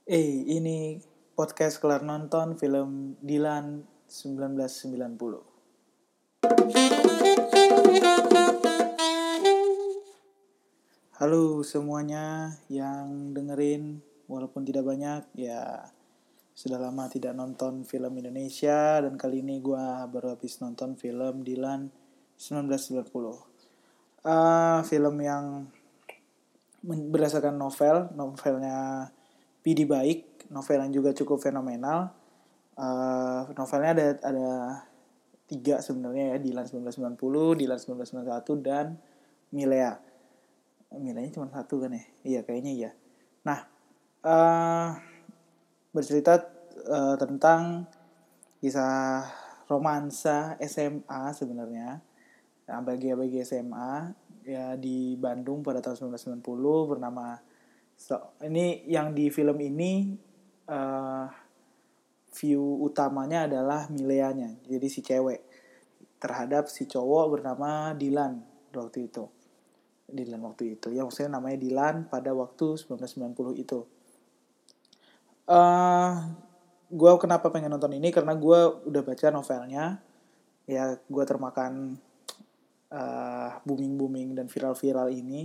Ini podcast kelar nonton film Dilan 1990. Halo semuanya yang dengerin, walaupun tidak banyak, ya sudah lama tidak nonton film Indonesia dan kali ini gue baru habis nonton film Dilan 1990. Film yang berdasarkan novelnya P.D. Baik, novel yang juga cukup fenomenal. Novelnya ada tiga sebenarnya ya, Dilan 1990, Dilan 1991, dan Milea. Mileanya cuma satu kan ya? Iya kayaknya iya. Nah, uh, bercerita tentang kisah romansa SMA sebenarnya, abg SMA ya di Bandung pada tahun 1990 bernama ini yang di film ini uh, view utamanya adalah Mileanya, jadi si cewek terhadap si cowok bernama Dilan waktu itu. Dilan waktu itu. Yang maksudnya namanya Dilan pada waktu 1990 itu. Gue kenapa pengen nonton ini karena gue udah baca novelnya. Ya gue termakan booming dan viral-viral ini.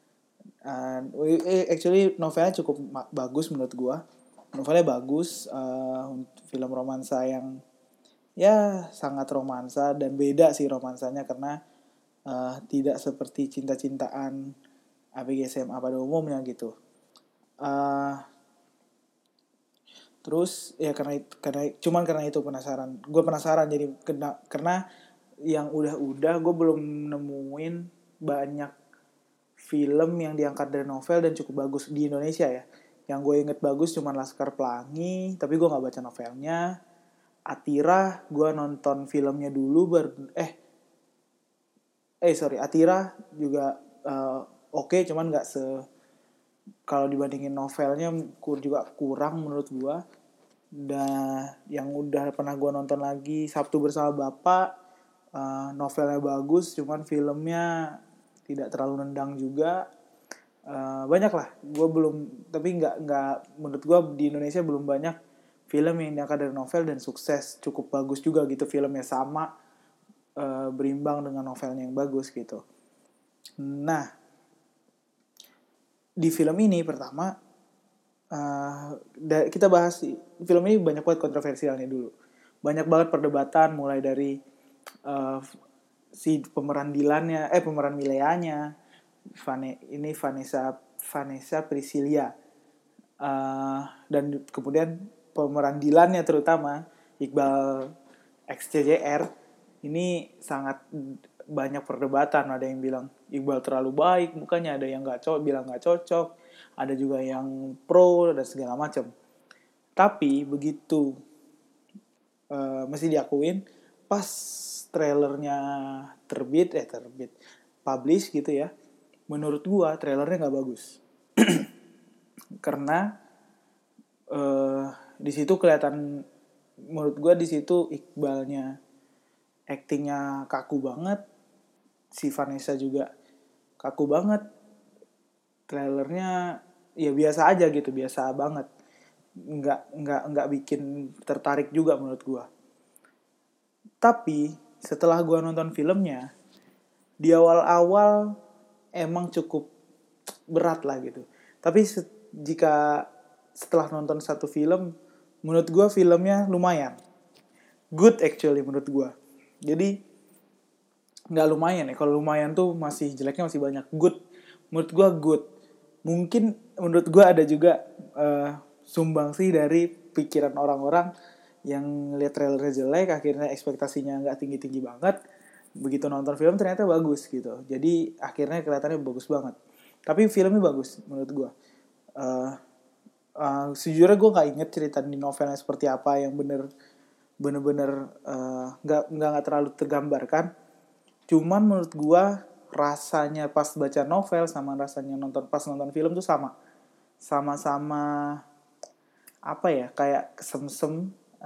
Actually novelnya cukup bagus menurut gue. Novelnya bagus, film romansa yang ya sangat romansa dan beda sih romansanya karena tidak seperti cinta-cintaan ABG SMA pada umumnya gitu. Uh, Terus ya karena itu gue penasaran jadi karena yang udah gue belum nemuin banyak film yang diangkat dari novel dan cukup bagus di Indonesia ya. Yang gue inget bagus cuma Laskar Pelangi, tapi gue nggak baca novelnya. Atira gue nonton filmnya dulu Atira juga oke, cuman nggak kalau dibandingin novelnya juga kurang menurut gue. Dan yang udah pernah gue nonton lagi Sabtu Bersama Bapak, novelnya bagus cuman filmnya tidak terlalu nendang juga. Banyak lah, gue belum, tapi nggak menurut gue di Indonesia belum banyak film yang diangkat dari novel dan sukses cukup bagus juga gitu, filmnya sama, berimbang dengan novelnya yang bagus gitu. Nah, di film ini pertama kita bahas film ini banyak banget kontroversialnya dulu. Banyak banget perdebatan mulai dari si pemeran pemeran Mileanya, Vanessa Priscilia, dan kemudian pemeran Dilannya terutama Iqbal XCJR. Ini sangat banyak perdebatan. Ada yang bilang Iqbal terlalu baik mukanya, ada yang bilang nggak cocok, ada juga yang pro dan segala macam. Tapi begitu mesti diakuin, pas trailernya terbit publish gitu ya, menurut gua trailernya nggak bagus. Karena di situ kelihatan, menurut gua di situ Iqbalnya actingnya kaku banget, si Vanessa juga kaku banget. Trailernya ya biasa aja gitu, biasa banget, nggak bikin tertarik juga menurut gue. Tapi setelah gue nonton filmnya, di awal-awal emang cukup berat lah gitu. Tapi jika setelah nonton satu film, menurut gue filmnya lumayan good actually menurut gue. Jadi nggak lumayan ya, kalau lumayan tuh masih jeleknya masih banyak. Good menurut gue good. Mungkin menurut gue ada juga sumbangsi dari pikiran orang-orang yang lihat trailernya jelek, akhirnya ekspektasinya nggak tinggi-tinggi banget, begitu nonton film ternyata bagus gitu, jadi akhirnya kelihatannya bagus banget. Tapi filmnya bagus menurut gue. Sejujurnya gue nggak inget cerita di novelnya seperti apa, yang bener-bener nggak terlalu tergambarkan. Cuman menurut gue rasanya pas baca novel sama rasanya pas nonton film tuh sama-sama apa ya, kayak kesemsem,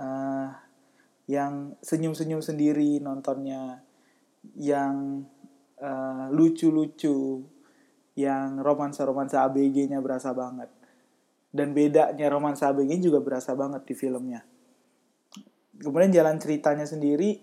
yang senyum-senyum sendiri nontonnya, yang lucu-lucu, yang romansa-romansa ABG-nya berasa banget. Dan bedanya romansa ABG juga berasa banget di filmnya. Kemudian jalan ceritanya sendiri,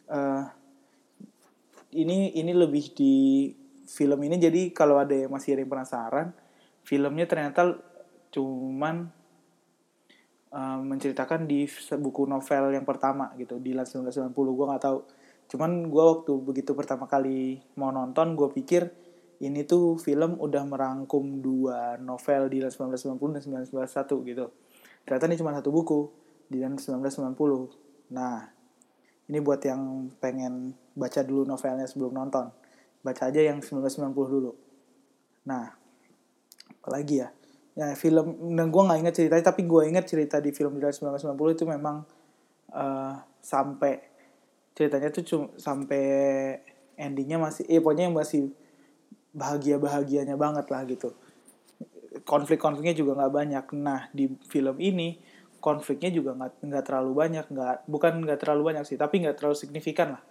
ini lebih di film ini, jadi kalau masih ada yang penasaran, filmnya ternyata cuman menceritakan di buku novel yang pertama gitu, di 1990. Gue nggak tahu, cuman gue waktu begitu pertama kali mau nonton, gue pikir ini tuh film udah merangkum 2 novel di 1990 dan 1991 gitu. Ternyata ini cuma satu buku di 1990. Nah, ini buat yang pengen baca dulu novelnya sebelum nonton, baca aja yang 1990 dulu. Nah, apalagi ya? Ya film, dan gue nggak ingat ceritanya, tapi gue ingat cerita di film di 1990 itu memang sampai ceritanya tuh sampai endingnya masih, pokoknya masih bahagianya banget lah gitu. Konfliknya juga nggak banyak. Nah, di film ini konfliknya juga nggak terlalu banyak, bukan nggak terlalu banyak sih, tapi nggak terlalu signifikan lah.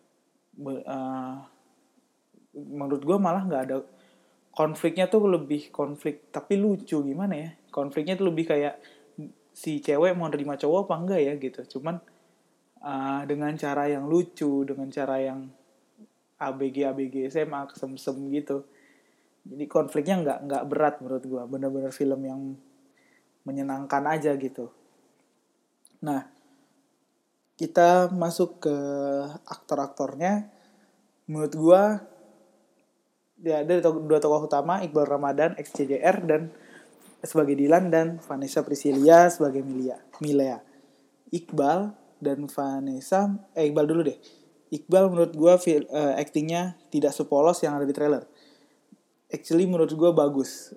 Menurut gue malah nggak ada konfliknya, tuh lebih konflik tapi lucu, gimana ya, konfliknya tuh lebih kayak si cewek mau nerima cowok apa enggak ya gitu, cuman dengan cara yang lucu, dengan cara yang ABG SMA kesem-sem gitu. Jadi konfliknya nggak berat menurut gue, bener-bener film yang menyenangkan aja gitu. Nah, kita masuk ke aktor-aktornya. Menurut gue ya ada 2 tokoh utama, Iqbal Ramadan ex-CJR dan sebagai Dilan, dan Vanessa Priscilia sebagai Milea. Iqbal dan Vanessa, Iqbal dulu deh. Iqbal menurut gue actingnya tidak sepolos yang ada di trailer. Actually menurut gue bagus.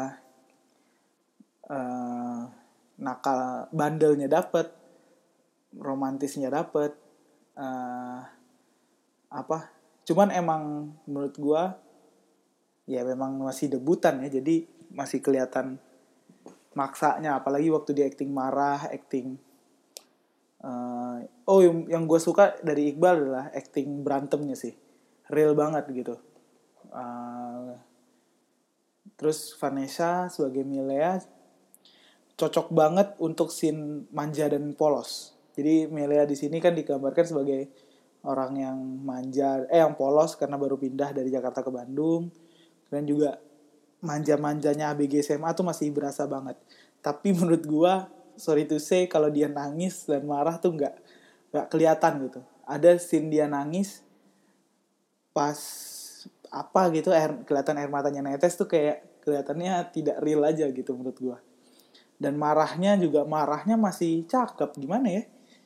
Nakal bandelnya dapet, romantisnya dapet, cuman emang menurut gue ya memang masih debutan ya, jadi masih kelihatan maksanya, apalagi waktu dia acting marah, acting yang gue suka dari Iqbal adalah acting berantemnya sih, real banget gitu. Terus Vanessa sebagai Milea cocok banget untuk scene manja dan polos. Jadi Milea di sini kan digambarkan sebagai orang yang manja, yang polos karena baru pindah dari Jakarta ke Bandung. Dan juga manja-manjanya ABG SMA tuh masih berasa banget. Tapi menurut gua, sorry to say, kalau dia nangis dan marah tuh nggak kelihatan gitu. Ada scene dia nangis pas apa gitu, kelihatan air matanya netes tuh kayak kelihatannya tidak real aja gitu menurut gua. Dan marahnya masih cakep, gimana ya,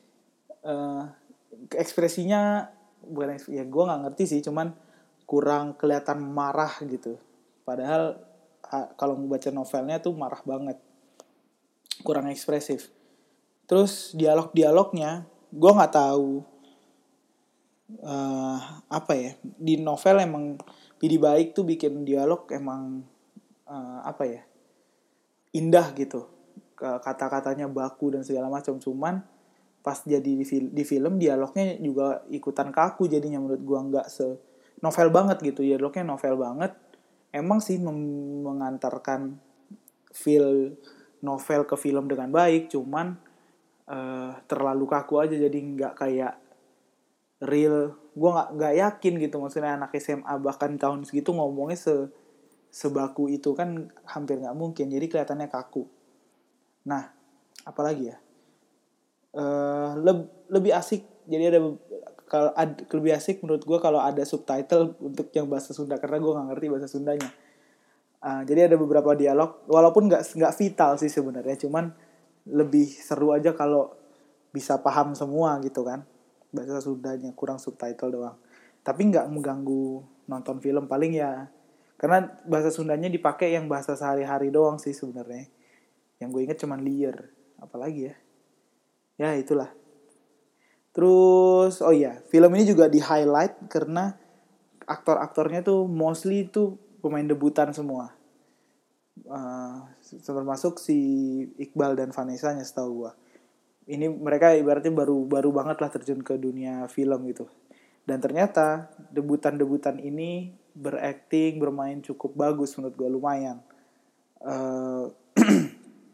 ekspresinya bukan ya, gue nggak ngerti sih, cuman kurang kelihatan marah gitu, padahal kalau baca novelnya tuh marah banget, kurang ekspresif. Terus dialognya gue nggak tahu apa ya, di novel emang Pidi Baik tuh bikin dialog emang apa ya, indah gitu, kata-katanya baku dan segala macam, cuman pas jadi di film dialognya juga ikutan kaku jadinya menurut gua, nggak novel banget gitu, dialognya novel banget. Emang sih mengantarkan feel novel ke film dengan baik, cuman terlalu kaku aja, jadi nggak kayak real. Gua nggak yakin gitu, maksudnya anak SMA bahkan tahun segitu ngomongnya sebaku itu kan hampir nggak mungkin, jadi kelihatannya kaku. Nah, apalagi ya, lebih asik, jadi lebih asik menurut gue kalau ada subtitle untuk yang bahasa Sunda, karena gue nggak ngerti bahasa Sundanya. Jadi ada beberapa dialog, walaupun nggak vital sih sebenarnya, cuman lebih seru aja kalau bisa paham semua gitu kan bahasa Sundanya, kurang subtitle doang. Tapi nggak mengganggu nonton film, paling ya karena bahasa Sundanya dipakai yang bahasa sehari-hari doang sih sebenarnya. Yang gue inget cuman liar, apalagi ya. Ya itulah. Terus film ini juga di highlight karena aktor-aktornya tuh mostly tuh pemain debutan semua. Termasuk si Iqbal dan Vanessa nya setahu gue. Ini mereka ibaratnya baru banget lah terjun ke dunia film gitu. Dan ternyata debutan ini bermain cukup bagus menurut gue, lumayan.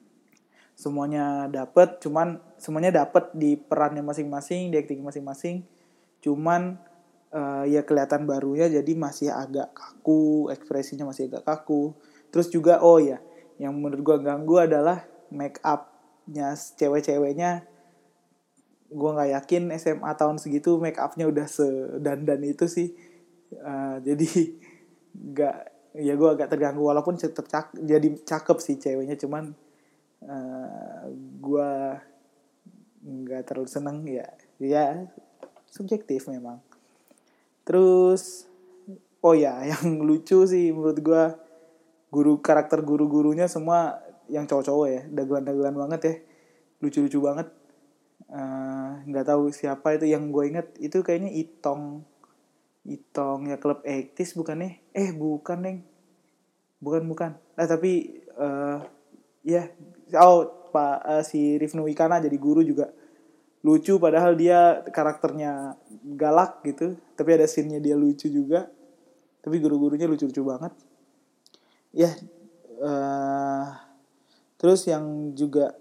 semuanya dapet, cuman semuanya dapet di perannya masing-masing, di acting masing-masing, cuman ya kelihatan barunya jadi masih agak kaku, ekspresinya masih agak kaku. Terus juga oh ya, yang menurut gue ganggu adalah make upnya cewek-ceweknya. Gue nggak yakin SMA tahun segitu make upnya udah sedandan itu sih. Jadi nggak, ya gue agak terganggu walaupun tetap jadi cakep sih ceweknya, cuman gue nggak terlalu seneng ya. Ya subjektif memang. Terus oh ya yang lucu sih menurut gue, karakter guru-gurunya semua yang cowok-cowok ya, dagelan-dagelan banget ya, lucu-lucu banget. Nggak tahu siapa itu, yang gue inget itu kayaknya Itong ya, klub ektis bukannya, bukan neng, bukan tapi ya pak si Rifnu Wikana jadi guru juga lucu, padahal dia karakternya galak gitu, tapi ada scene-nya dia lucu juga, tapi guru-gurunya lucu-lucu banget ya. Terus yang juga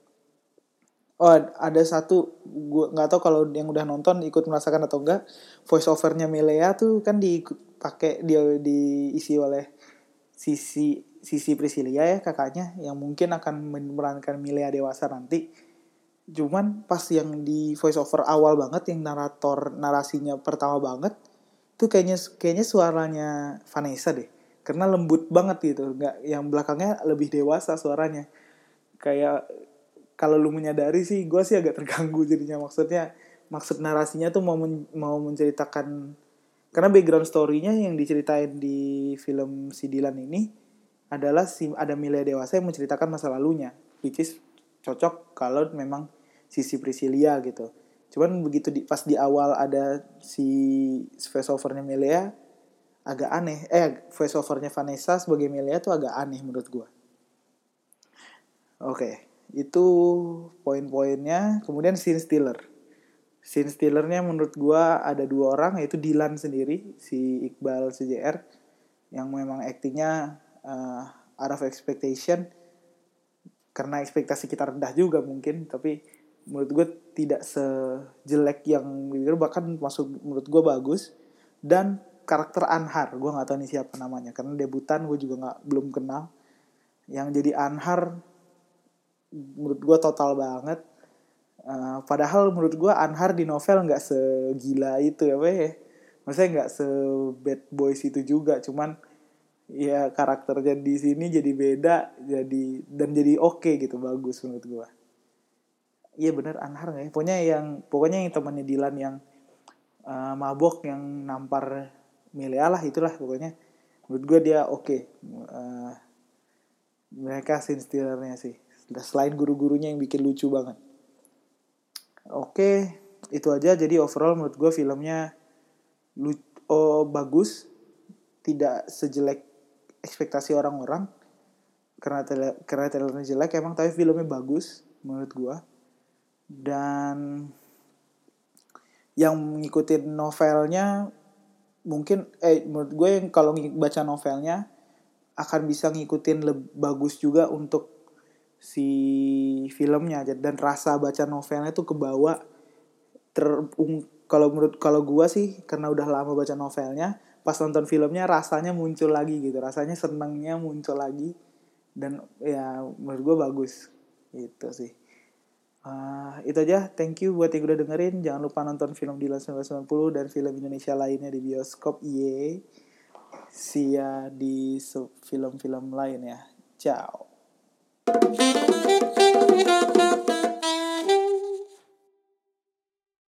ada satu, gue nggak tahu kalau yang udah nonton ikut merasakan atau enggak, voice overnya Milea tuh kan dia diisi oleh Sisi Priscilia ya, kakaknya yang mungkin akan memerankan Milea dewasa nanti. Cuman pas yang di voice over awal banget, yang narasinya pertama banget, tuh kayaknya suaranya Vanessa deh, karena lembut banget gitu, nggak yang belakangnya lebih dewasa suaranya. Kayak kalau lu menyadari sih, gue sih agak terganggu jadinya. Maksud narasinya tuh mau menceritakan, karena background story-nya yang diceritain di film si Dylan ini adalah ada Milea dewasa yang menceritakan masa lalunya, which is cocok kalau memang sisi Priscilia gitu. Cuman begitu pas di awal ada si voice overnya Milea, agak aneh. Voice overnya Vanessa sebagai Milea tuh agak aneh menurut gue. Oke, itu poin-poinnya. Kemudian scene stealer. Scene stealernya menurut gue ada 2 orang, yaitu Dylan sendiri, si Iqbal CJR, yang memang aktingnya out of expectation, karena ekspektasi kita rendah juga mungkin, tapi menurut gue tidak sejelek yang bahkan menurut gue bagus. Dan karakter Anhar, gue nggak tahu nih siapa namanya karena debutan, gue juga belum kenal. Yang jadi Anhar menurut gue total banget. Padahal menurut gue Anhar di novel nggak segila itu ya, maksudnya nggak se-bad boys itu juga, cuman ya karakternya di sini jadi beda, jadi oke gitu, bagus menurut gue. Iya bener Anhar nggak ya, pokoknya yang temannya Dilan yang mabok, yang nampar Milea lah, itulah pokoknya. Menurut gue dia oke. Mereka scene stealernya sih, selain guru-gurunya yang bikin lucu banget. Oke, itu aja. Jadi overall menurut gue filmnya bagus, tidak sejelek ekspektasi orang-orang, karena trailernya jelek emang, tapi filmnya bagus menurut gue. Dan yang ngikutin novelnya mungkin menurut gue yang kalau baca novelnya akan bisa ngikutin bagus juga untuk si filmnya, dan rasa baca novelnya tuh kebawa kalau gue sih, karena udah lama baca novelnya, pas nonton filmnya rasanya muncul lagi gitu, rasanya senangnya muncul lagi, dan ya menurut gue bagus gitu sih. Itu aja, thank you buat yang udah dengerin. Jangan lupa nonton film Dylan 1990 dan film Indonesia lainnya di bioskop. See ya di film-film lain ya. Ciao.